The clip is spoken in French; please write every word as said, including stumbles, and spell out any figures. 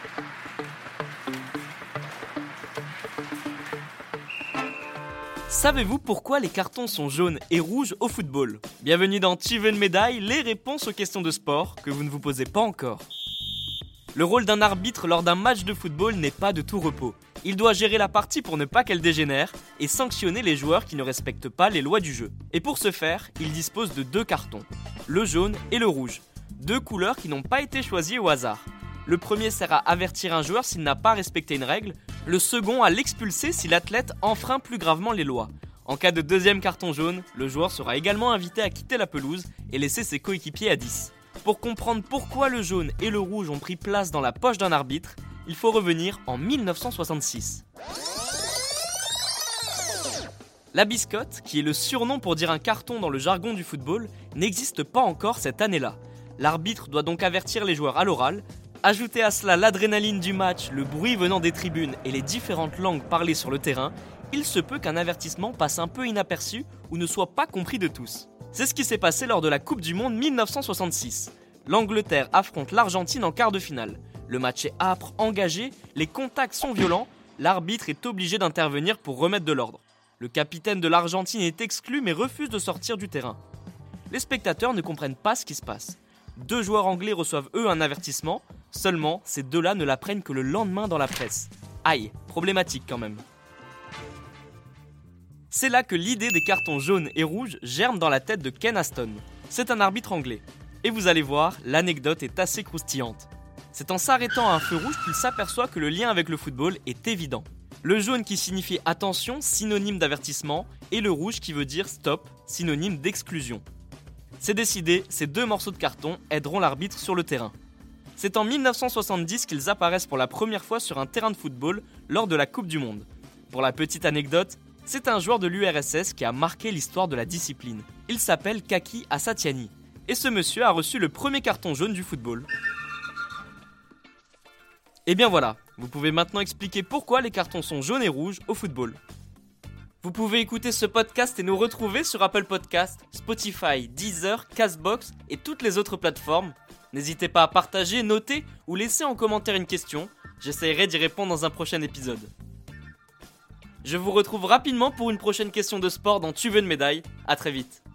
Savez-vous pourquoi les cartons sont jaunes et rouges au football ? Bienvenue dans Tu veux une médaille, les réponses aux questions de sport que vous ne vous posez pas encore. Le rôle d'un arbitre lors d'un match de football n'est pas de tout repos. Il doit gérer la partie pour ne pas qu'elle dégénère et sanctionner les joueurs qui ne respectent pas les lois du jeu. Et pour ce faire, il dispose de deux cartons, le jaune et le rouge, deux couleurs qui n'ont pas été choisies au hasard. Le premier sert à avertir un joueur s'il n'a pas respecté une règle, le second à l'expulser si l'athlète enfreint plus gravement les lois. En cas de deuxième carton jaune, le joueur sera également invité à quitter la pelouse et laisser ses coéquipiers à dix. Pour comprendre pourquoi le jaune et le rouge ont pris place dans la poche d'un arbitre, il faut revenir en dix-neuf cent soixante-six. La biscotte, qui est le surnom pour dire un carton dans le jargon du football, n'existe pas encore cette année-là. L'arbitre doit donc avertir les joueurs à l'oral. Ajoutez à cela l'adrénaline du match, le bruit venant des tribunes et les différentes langues parlées sur le terrain, il se peut qu'un avertissement passe un peu inaperçu ou ne soit pas compris de tous. C'est ce qui s'est passé lors de la Coupe du Monde dix-neuf cent soixante-six. L'Angleterre affronte l'Argentine en quart de finale. Le match est âpre, engagé, les contacts sont violents, l'arbitre est obligé d'intervenir pour remettre de l'ordre. Le capitaine de l'Argentine est exclu mais refuse de sortir du terrain. Les spectateurs ne comprennent pas ce qui se passe. Deux joueurs anglais reçoivent eux un avertissement, seulement ces deux-là ne l'apprennent que le lendemain dans la presse. Aïe, problématique quand même. C'est là que l'idée des cartons jaunes et rouges germe dans la tête de Ken Aston. C'est un arbitre anglais. Et vous allez voir, l'anecdote est assez croustillante. C'est en s'arrêtant à un feu rouge qu'il s'aperçoit que le lien avec le football est évident. Le jaune qui signifie attention, synonyme d'avertissement, et le rouge qui veut dire stop, synonyme d'exclusion. C'est décidé, ces deux morceaux de carton aideront l'arbitre sur le terrain. C'est en dix-neuf cent soixante-dix qu'ils apparaissent pour la première fois sur un terrain de football lors de la Coupe du Monde. Pour la petite anecdote, c'est un joueur de l'U R S S qui a marqué l'histoire de la discipline. Il s'appelle Kaki Asatiani. Et ce monsieur a reçu le premier carton jaune du football. Et bien voilà, vous pouvez maintenant expliquer pourquoi les cartons sont jaunes et rouges au football. Vous pouvez écouter ce podcast et nous retrouver sur Apple Podcasts, Spotify, Deezer, Castbox et toutes les autres plateformes. N'hésitez pas à partager, noter ou laisser en commentaire une question. J'essaierai d'y répondre dans un prochain épisode. Je vous retrouve rapidement pour une prochaine question de sport dans Tu veux une médaille. À très vite.